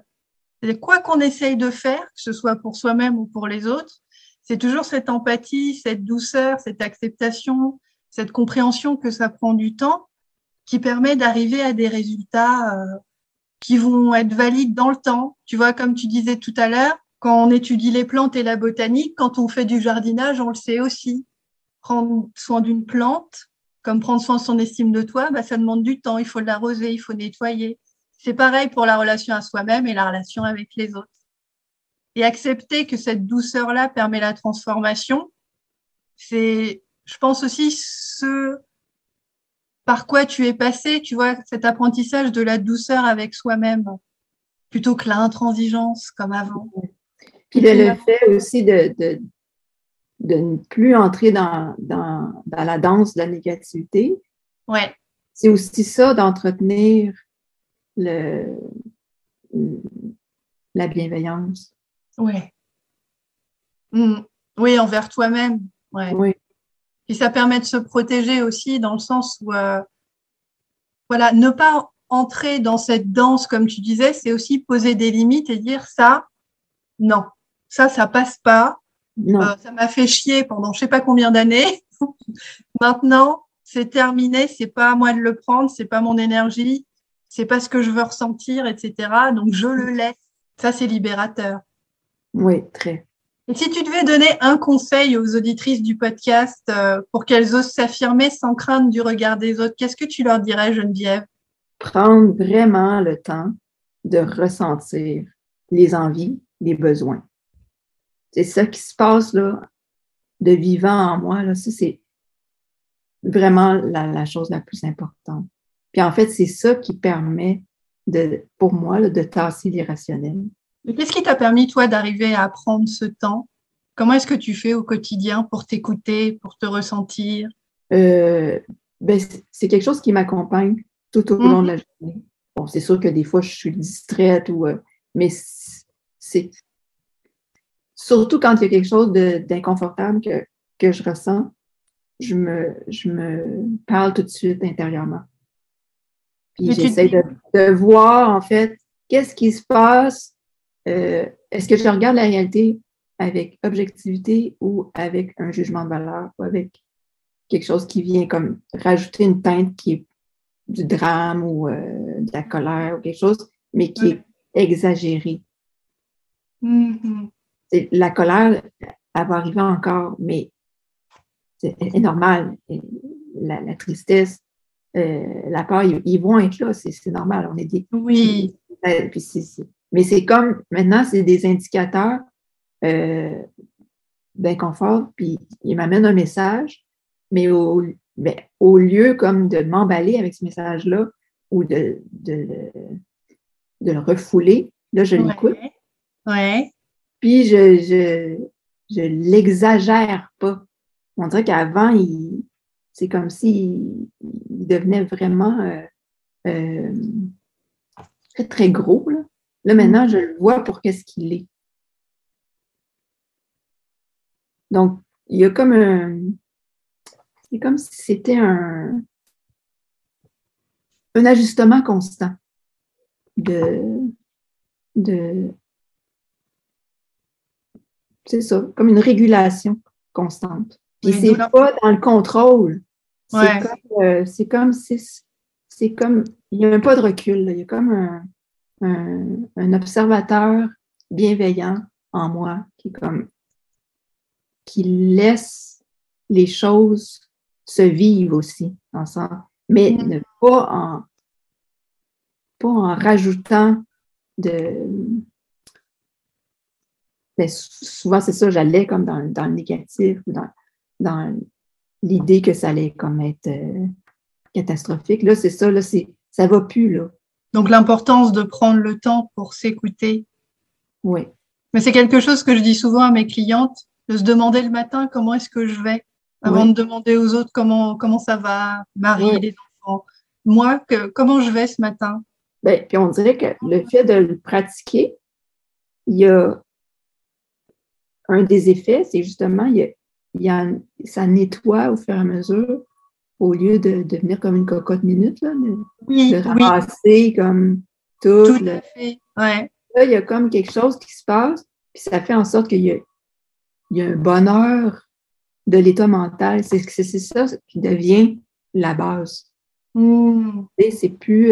Quoi qu'on essaye de faire, que ce soit pour soi-même ou pour les autres, c'est toujours cette empathie, cette douceur, cette acceptation, cette compréhension que ça prend du temps qui permet d'arriver à des résultats qui vont être valides dans le temps. Tu vois, comme tu disais tout à l'heure, quand on étudie les plantes et la botanique, quand on fait du jardinage, on le sait aussi. Prendre soin d'une plante, comme prendre soin de son estime de toi, bah, ça demande du temps. Il faut l'arroser, il faut nettoyer. C'est pareil pour la relation à soi-même et la relation avec les autres. Et accepter que cette douceur-là permet la transformation, c'est, je pense aussi, ce par quoi tu es passé, tu vois, cet apprentissage de la douceur avec soi-même, plutôt que l'intransigeance comme avant. Puis le fait aussi de ne plus entrer dans la danse de la négativité. Ouais. C'est aussi ça d'entretenir la bienveillance. Ouais. Mmh. Oui, envers toi-même. Ouais. Oui. Et ça permet de se protéger aussi dans le sens où, voilà, ne pas entrer dans cette danse, comme tu disais, c'est aussi poser des limites et dire ça, non, ça passe pas. Non. Ça m'a fait chier pendant je sais pas combien d'années. Maintenant, c'est terminé, c'est pas à moi de le prendre, c'est pas mon énergie, c'est pas ce que je veux ressentir, etc. Donc je le laisse. Ça, c'est libérateur. Oui, très. Et si tu devais donner un conseil aux auditrices du podcast pour qu'elles osent s'affirmer sans crainte du regard des autres, qu'est-ce que tu leur dirais, Geneviève? Prendre vraiment le temps de ressentir les envies, les besoins. C'est ça qui se passe là, de vivant en moi. Là. Ça, c'est vraiment la chose la plus importante. Puis en fait, c'est ça qui permet, pour moi, là, de tasser l'irrationnel. Mais qu'est-ce qui t'a permis, toi, d'arriver à prendre ce temps? Comment est-ce que tu fais au quotidien pour t'écouter, pour te ressentir? Ben, c'est quelque chose qui m'accompagne tout au long de la journée. Bon, c'est sûr que des fois, je suis distraite, mais c'est surtout quand il y a quelque chose d'inconfortable que je ressens, je me parle tout de suite intérieurement. Puis j'essaie de voir, en fait, qu'est-ce qui se passe. Est-ce que je regarde la réalité avec objectivité ou avec un jugement de valeur ou avec quelque chose qui vient comme rajouter une teinte qui est du drame ou de la colère ou quelque chose, mais qui est exagérée. Mm-hmm. La colère, elle va arriver encore, mais c'est normal. La tristesse, la peur, ils vont être là, c'est normal. On est des. Oui. Mais c'est comme, maintenant, c'est des indicateurs d'inconfort, puis ils m'amènent un message, mais au lieu comme de m'emballer avec ce message-là ou de le refouler, là, je l'écoute. Ouais. Puis je l'exagère pas. On dirait qu'avant, c'est comme s'il devenait vraiment très, très gros. Là, maintenant, je le vois pour qu'est-ce qu'il est. Donc, il y a c'est comme si c'était un ajustement constant de c'est ça, comme une régulation constante. Puis Oui, c'est pas dans le contrôle. Ouais. C'est comme, il n'y a même pas de recul, là. Il y a comme un observateur bienveillant en moi qui laisse les choses se vivre aussi ensemble, mais ne pas en rajoutant de. Mais souvent, c'est ça, j'allais comme dans le négatif, dans l'idée que ça allait comme être catastrophique. Là, c'est ça, là, ça va plus, là. Donc, l'importance de prendre le temps pour s'écouter. Oui. Mais c'est quelque chose que je dis souvent à mes clientes, de se demander le matin comment est-ce que je vais, avant de demander aux autres comment ça va, Marie, les enfants. Moi, comment je vais ce matin? Ben, puis on dirait que le fait de le pratiquer, il y a un des effets, c'est justement, ça nettoie au fur et à mesure, au lieu de devenir comme une cocotte minute, là, de ramasser comme tout. Tout à fait, ouais. Là, il y a comme quelque chose qui se passe, puis ça fait en sorte qu'il y a un bonheur de l'état mental. C'est ça qui devient la base. Et c'est plus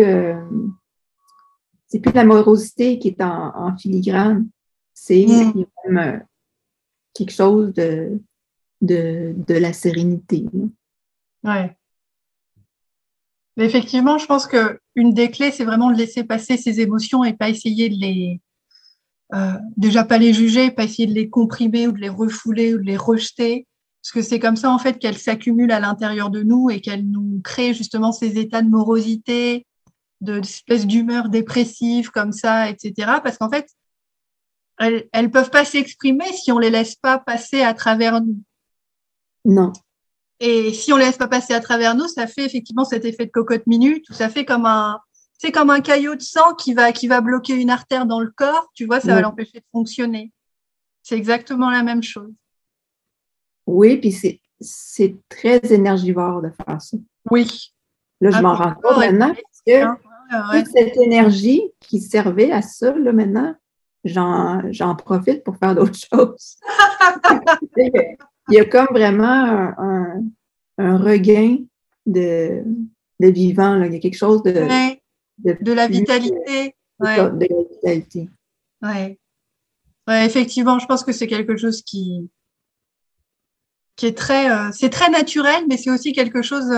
la morosité qui est en filigrane. C'est il y a comme quelque chose de la sérénité. Ouais. Mais effectivement, je pense qu'une des clés, c'est vraiment de laisser passer ses émotions et pas essayer de déjà pas les juger, pas essayer de les comprimer ou de les refouler ou de les rejeter. Parce que c'est comme ça, en fait, qu'elles s'accumulent à l'intérieur de nous et qu'elles nous créent justement ces états de morosité, d'espèce d'humeur dépressive comme ça, etc. Parce qu'en fait, elles peuvent pas s'exprimer si on les laisse pas passer à travers nous. Non. Et si on les laisse pas passer à travers nous, ça fait effectivement cet effet de cocotte minute où ça fait comme un caillot de sang qui va bloquer une artère dans le corps, tu vois, ça va l'empêcher de fonctionner. C'est exactement la même chose. Oui, puis c'est très énergivore de faire ça. Oui. Là, je m'en rends compte maintenant parce que toute cette énergie qui servait à ça, là, maintenant, j'en profite pour faire d'autres choses. Il y a comme vraiment un regain de vivant, là. Il y a quelque chose de la vitalité. De la vitalité. Ouais, effectivement, je pense que c'est quelque chose qui est c'est très naturel, mais c'est aussi quelque chose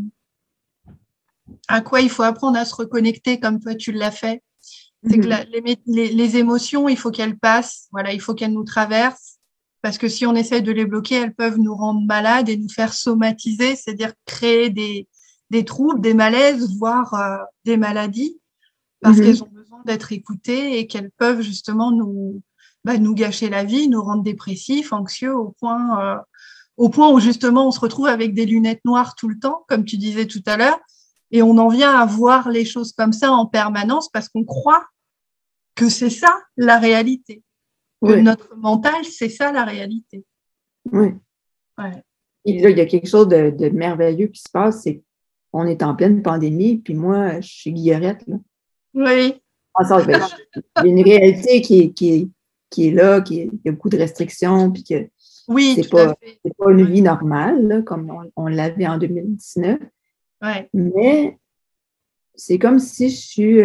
à quoi il faut apprendre à se reconnecter comme toi tu l'as fait. C'est que les émotions, il faut qu'elles passent, voilà, il faut qu'elles nous traversent, parce que si on essaie de les bloquer, elles peuvent nous rendre malades et nous faire somatiser, c'est-à-dire créer des troubles, des malaises, voire des maladies, parce qu'elles ont besoin d'être écoutées et qu'elles peuvent justement nous gâcher la vie, nous rendre dépressifs, anxieux, au point où justement on se retrouve avec des lunettes noires tout le temps, comme tu disais tout à l'heure, et on en vient à voir les choses comme ça en permanence parce qu'on croit que c'est ça la réalité. Que notre mental, c'est ça la réalité. Oui. Ouais. Et là, il y a quelque chose de merveilleux qui se passe, c'est qu'on est en pleine pandémie, puis moi, je suis Guillerette, là. Oui. Il y a une réalité qui est là, il y a beaucoup de restrictions, puis que c'est pas une vie normale, là, comme on l'avait en 2019. Ouais. Mais c'est comme si je suis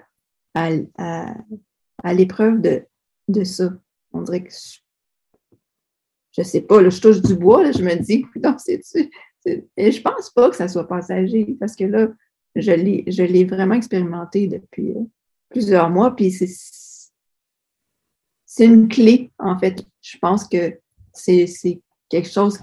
à l'épreuve de ça. On dirait que je sais pas, là, je touche du bois, là, je me dis, non, et je pense pas que ça soit passager, parce que là, je l'ai vraiment expérimenté depuis plusieurs mois, puis c'est une clé, en fait. Je pense que c'est quelque chose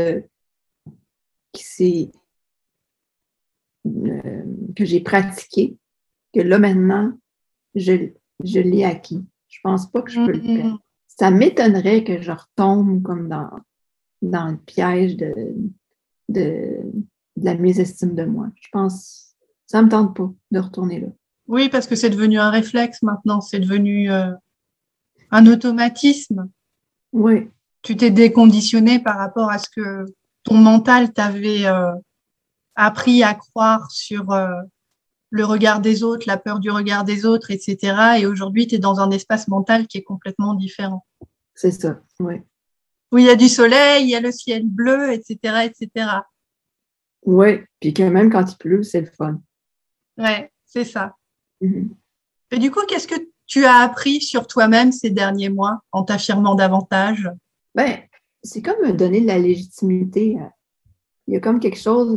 que j'ai pratiqué, que là, maintenant, je l'ai acquis. Je pense pas que je peux le faire. Ça m'étonnerait que je retombe comme dans le piège de la mésestime de moi. Je pense, ça me tente pas de retourner là. Oui, parce que c'est devenu un réflexe maintenant, c'est devenu un automatisme. Oui. Tu t'es déconditionné par rapport à ce que ton mental t'avait appris à croire sur le regard des autres, la peur du regard des autres, etc. Et aujourd'hui, tu es dans un espace mental qui est complètement différent. C'est ça, oui. Où il y a du soleil, il y a le ciel bleu, etc., etc. Oui, puis que même quand il pleut, c'est le fun. Ouais, c'est ça. Mm-hmm. Et du coup, qu'est-ce que tu as appris sur toi-même ces derniers mois en t'affirmant davantage? Ben, c'est comme me donner de la légitimité. Il y a comme quelque chose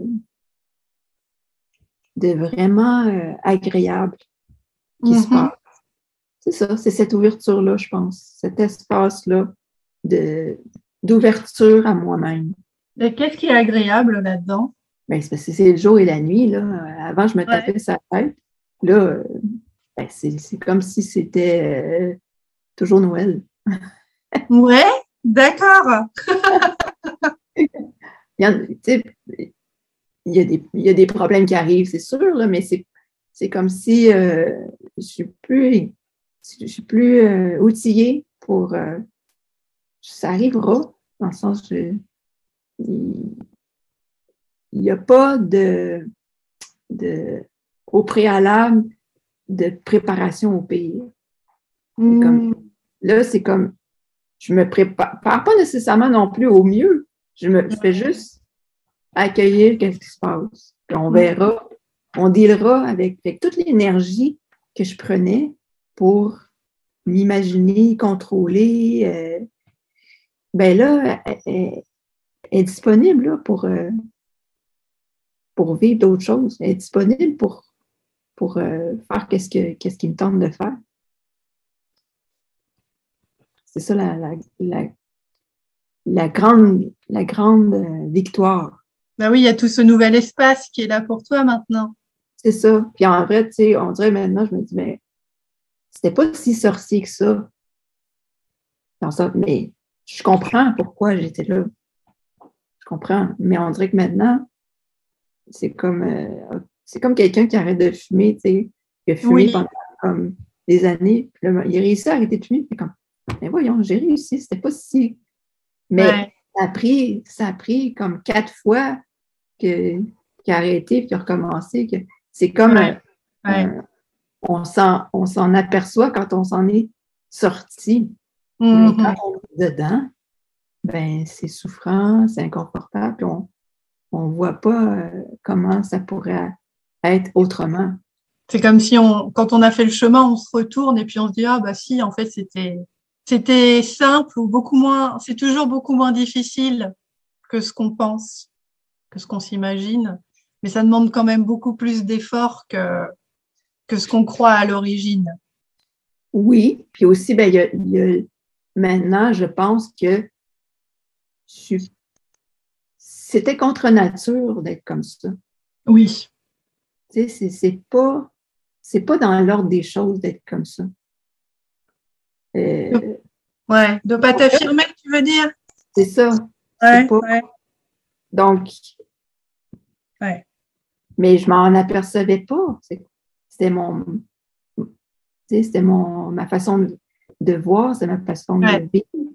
de vraiment agréable qui se passe. C'est ça, c'est cette ouverture-là, je pense. Cet espace-là d'ouverture à moi-même. Et qu'est-ce qui est agréable là-dedans? Ben, c'est parce que c'est le jour et la nuit, là. Avant, je me tapais sa tête. Là, ben, c'est comme si c'était toujours Noël. Ouais, d'accord. Il y a des problèmes qui arrivent, c'est sûr, là, mais c'est comme si je suis plus outillée pour... ça arrivera, dans le sens que il n'y a pas au préalable de préparation au pire. Là, c'est comme, je me prépare pas nécessairement non plus au mieux. Je fais juste accueillir ce qui se passe. Puis on verra, on dealera avec toute l'énergie que je prenais pour m'imaginer, contrôler. Ben là, elle est disponible là, pour vivre d'autres choses. Elle est disponible pour faire qu'est-ce qui me tente de faire. C'est ça la grande victoire. Ben oui, il y a tout ce nouvel espace qui est là pour toi maintenant. C'est ça. Puis en vrai, tu sais, on dirait maintenant, je me dis, mais c'était pas si sorcier que ça. Mais je comprends pourquoi j'étais là. Je comprends. Mais on dirait que maintenant, c'est comme quelqu'un qui arrête de fumer, tu sais, qui a fumé pendant comme des années. Puis là, il a réussi à arrêter de fumer. Puis comme, mais voyons, j'ai réussi. C'était pas si. Mais ça a pris comme 4 fois qu'il a arrêté puis qu'il a recommencé. C'est comme on s'en aperçoit quand on s'en est sorti. Mais quand on est dedans, ben c'est souffrant, c'est inconfortable, puis on ne voit pas comment ça pourrait être autrement. C'est comme si quand on a fait le chemin, on se retourne et puis on se dit, ah bah si, en fait, c'était simple ou beaucoup moins, c'est toujours beaucoup moins difficile que ce qu'on pense, que ce qu'on s'imagine, mais ça demande quand même beaucoup plus d'efforts que ce qu'on croit à l'origine. Oui, puis aussi, ben, il y a maintenant, je pense que c'était contre nature d'être comme ça. Oui. Tu sais, c'est pas dans l'ordre des choses d'être comme ça. Ouais, de pas t'affirmer, tu veux dire? C'est ça. Ouais, pas... ouais. Donc, mais je m'en apercevais pas. C'était ma façon de voir, c'est ma façon de vivre.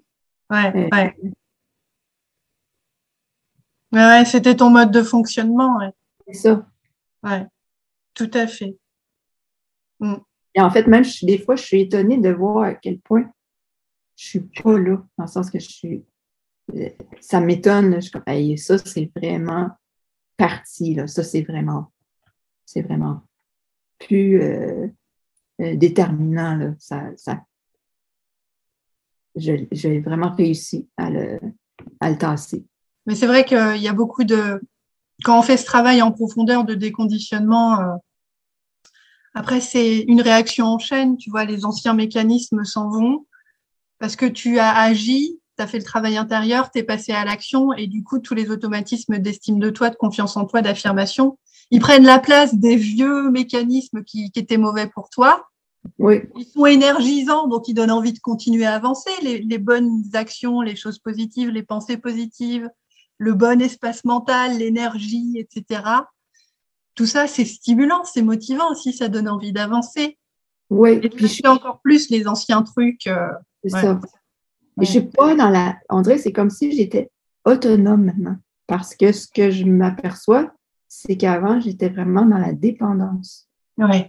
Ouais, c'était ton mode de fonctionnement. Ouais. C'est ça. Ouais, tout à fait. Et en fait, même des fois, je suis étonnée de voir à quel point je suis pas là, dans le sens que ça m'étonne. Je suis comme, hey, ça, c'est vraiment parti, là. Ça, c'est vraiment plus déterminant, là. J'ai vraiment réussi à le tasser. Mais c'est vrai qu'il y a beaucoup quand on fait ce travail en profondeur de déconditionnement, après, c'est une réaction en chaîne, tu vois, les anciens mécanismes s'en vont parce que tu as agi, tu as fait le travail intérieur, tu es passé à l'action et du coup, tous les automatismes d'estime de toi, de confiance en toi, d'affirmation, ils prennent la place des vieux mécanismes qui étaient mauvais pour toi. Oui. Ils sont énergisants, donc ils donnent envie de continuer à avancer, les bonnes actions, les choses positives, les pensées positives, le bon espace mental, l'énergie, etc. Tout ça, c'est stimulant, c'est motivant aussi, ça donne envie d'avancer. Oui. Et puis encore plus les anciens trucs. C'est ça. Et je suis pas on dirait que c'est comme si j'étais autonome maintenant. Parce que ce que je m'aperçois, c'est qu'avant, j'étais vraiment dans la dépendance. Ouais.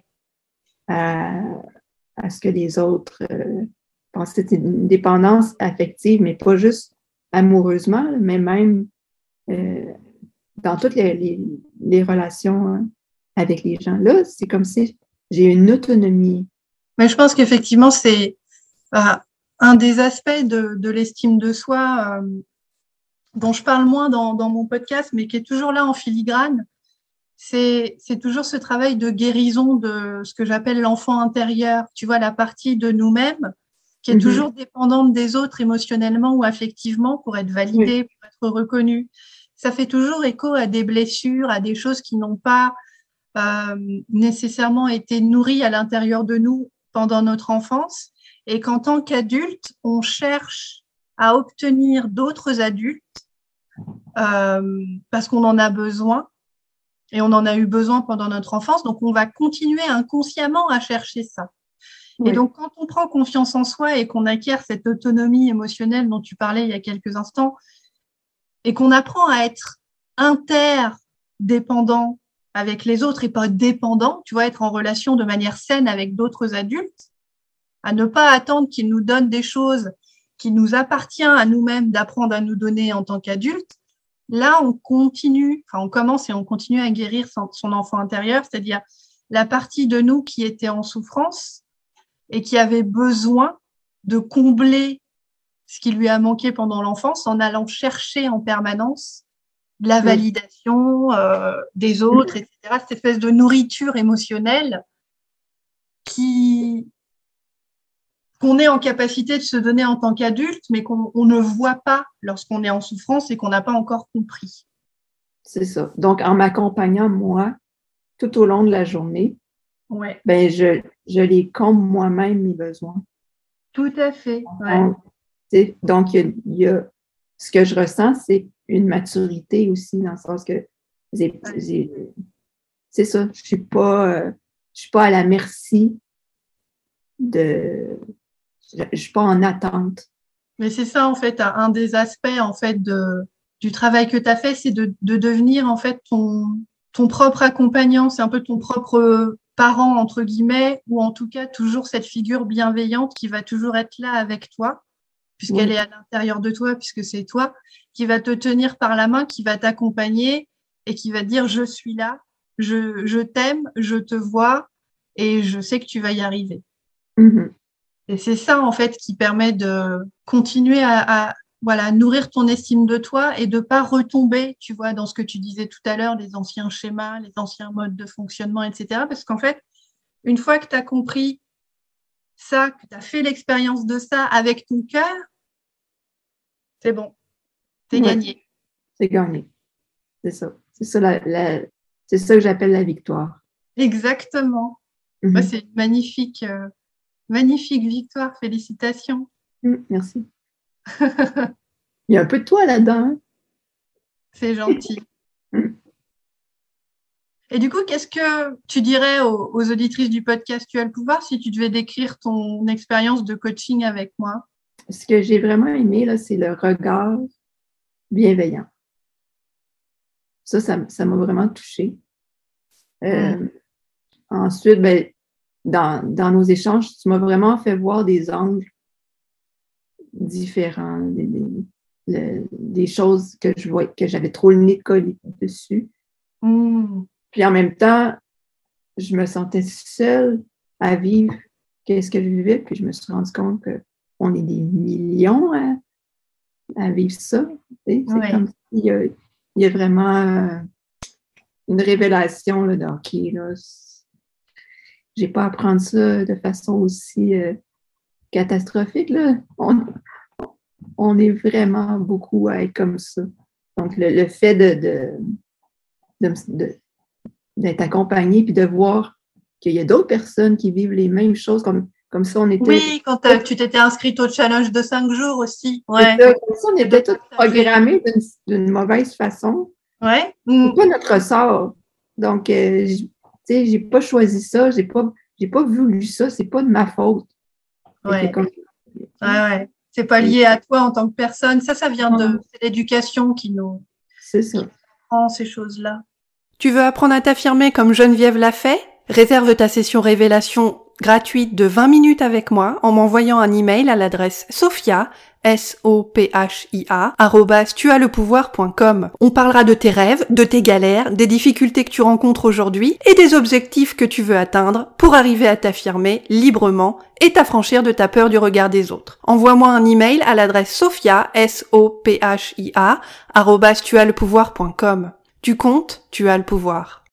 À ce que les autres pensaient. C'était une dépendance affective, mais pas juste amoureusement, mais même dans toutes les relations avec les gens. Là, c'est comme si j'ai une autonomie. Mais je pense qu'effectivement, c'est un des aspects de l'estime de soi dont je parle moins dans mon podcast, mais qui est toujours là en filigrane. C'est toujours ce travail de guérison de ce que j'appelle l'enfant intérieur. Tu vois, la partie de nous-mêmes qui est toujours dépendante des autres émotionnellement ou affectivement pour être validée, pour être reconnue. Ça fait toujours écho à des blessures, à des choses qui n'ont pas nécessairement été nourries à l'intérieur de nous pendant notre enfance, et qu'en tant qu'adulte, on cherche à obtenir d'autres adultes parce qu'on en a besoin, et on en a eu besoin pendant notre enfance, donc on va continuer inconsciemment à chercher ça. Oui. Et donc, quand on prend confiance en soi et qu'on acquiert cette autonomie émotionnelle dont tu parlais il y a quelques instants, et qu'on apprend à être interdépendant avec les autres et pas dépendant, tu vois, être en relation de manière saine avec d'autres adultes, à ne pas attendre qu'ils nous donnent des choses qui nous appartiennent à nous-mêmes d'apprendre à nous donner en tant qu'adultes, là, on commence et on continue à guérir son enfant intérieur, c'est-à-dire la partie de nous qui était en souffrance et qui avait besoin de combler ce qui lui a manqué pendant l'enfance en allant chercher en permanence de la validation des autres, etc. Cette espèce de nourriture émotionnelle qu'on est en capacité de se donner en tant qu'adulte, mais qu'on ne voit pas lorsqu'on est en souffrance et qu'on n'a pas encore compris. C'est ça. Donc, en m'accompagnant, moi, tout au long de la journée, ben, je les comble moi-même mes besoins. Tout à fait. Donc, il y a ce que je ressens, c'est une maturité aussi, dans le sens que c'est ça, je suis pas à la merci je suis pas en attente. Mais c'est ça, en fait, un des aspects, en fait, du travail que tu as fait, c'est de devenir, en fait, ton propre accompagnant, c'est un peu ton propre parent, entre guillemets, ou en tout cas, toujours cette figure bienveillante qui va toujours être là avec toi, puisqu'elle est à l'intérieur de toi, puisque c'est toi, qui va te tenir par la main, qui va t'accompagner et qui va te dire « je suis là, je t'aime, je te vois et je sais que tu vas y arriver ». Et c'est ça, en fait, qui permet de continuer à nourrir ton estime de toi et de pas retomber, tu vois, dans ce que tu disais tout à l'heure, les anciens schémas, les anciens modes de fonctionnement, etc. Parce qu'en fait, une fois que tu as compris ça, que tu as fait l'expérience de ça avec ton cœur, c'est bon, t'es gagné. C'est gagné. C'est ça. C'est ça, c'est ça que j'appelle la victoire. Exactement. Moi, c'est une magnifique victoire. Félicitations. Merci. Il y a un peu de toi là-dedans. Hein? C'est gentil. Et du coup, qu'est-ce que tu dirais aux auditrices du podcast Tu as le pouvoir si tu devais décrire ton expérience de coaching avec moi? Ce que j'ai vraiment aimé, là, c'est le regard bienveillant. Ça m'a vraiment touchée. Ensuite, ben, dans nos échanges, tu m'as vraiment fait voir des angles différents, des choses que je voyais, que j'avais trop le nez collé dessus. Puis en même temps, je me sentais seule à vivre qu'est-ce que je vivais, puis je me suis rendu compte qu'on est des millions à vivre ça. C'est comme s'il y a vraiment une révélation là, d'hockey. J'ai pas à prendre ça de façon aussi catastrophique. Là. On est vraiment beaucoup à être comme ça. Donc, le fait d'être accompagné puis de voir qu'il y a d'autres personnes qui vivent les mêmes choses comme ça, on était... Oui, quand tu t'étais inscrite au challenge de 5 jours aussi. Ouais. Comme ça, on était tous programmés d'une mauvaise façon. Ouais. C'est pas notre sort. Donc, j'ai pas choisi ça, j'ai pas voulu ça, c'est pas de ma faute. Ouais. C'est pas lié à toi en tant que personne. Ça vient de l'éducation qui nous prend ces choses-là. Tu veux apprendre à t'affirmer comme Geneviève l'a fait? Réserve ta session révélation gratuite de 20 minutes avec moi en m'envoyant un email à l'adresse sophia, SOPHIA, @tuaslepouvoir.com. On parlera de tes rêves, de tes galères, des difficultés que tu rencontres aujourd'hui et des objectifs que tu veux atteindre pour arriver à t'affirmer librement et t'affranchir de ta peur du regard des autres. Envoie-moi un email à l'adresse sophia, SOPHIA, @tuaslepouvoir.com. Tu comptes, tu as le pouvoir.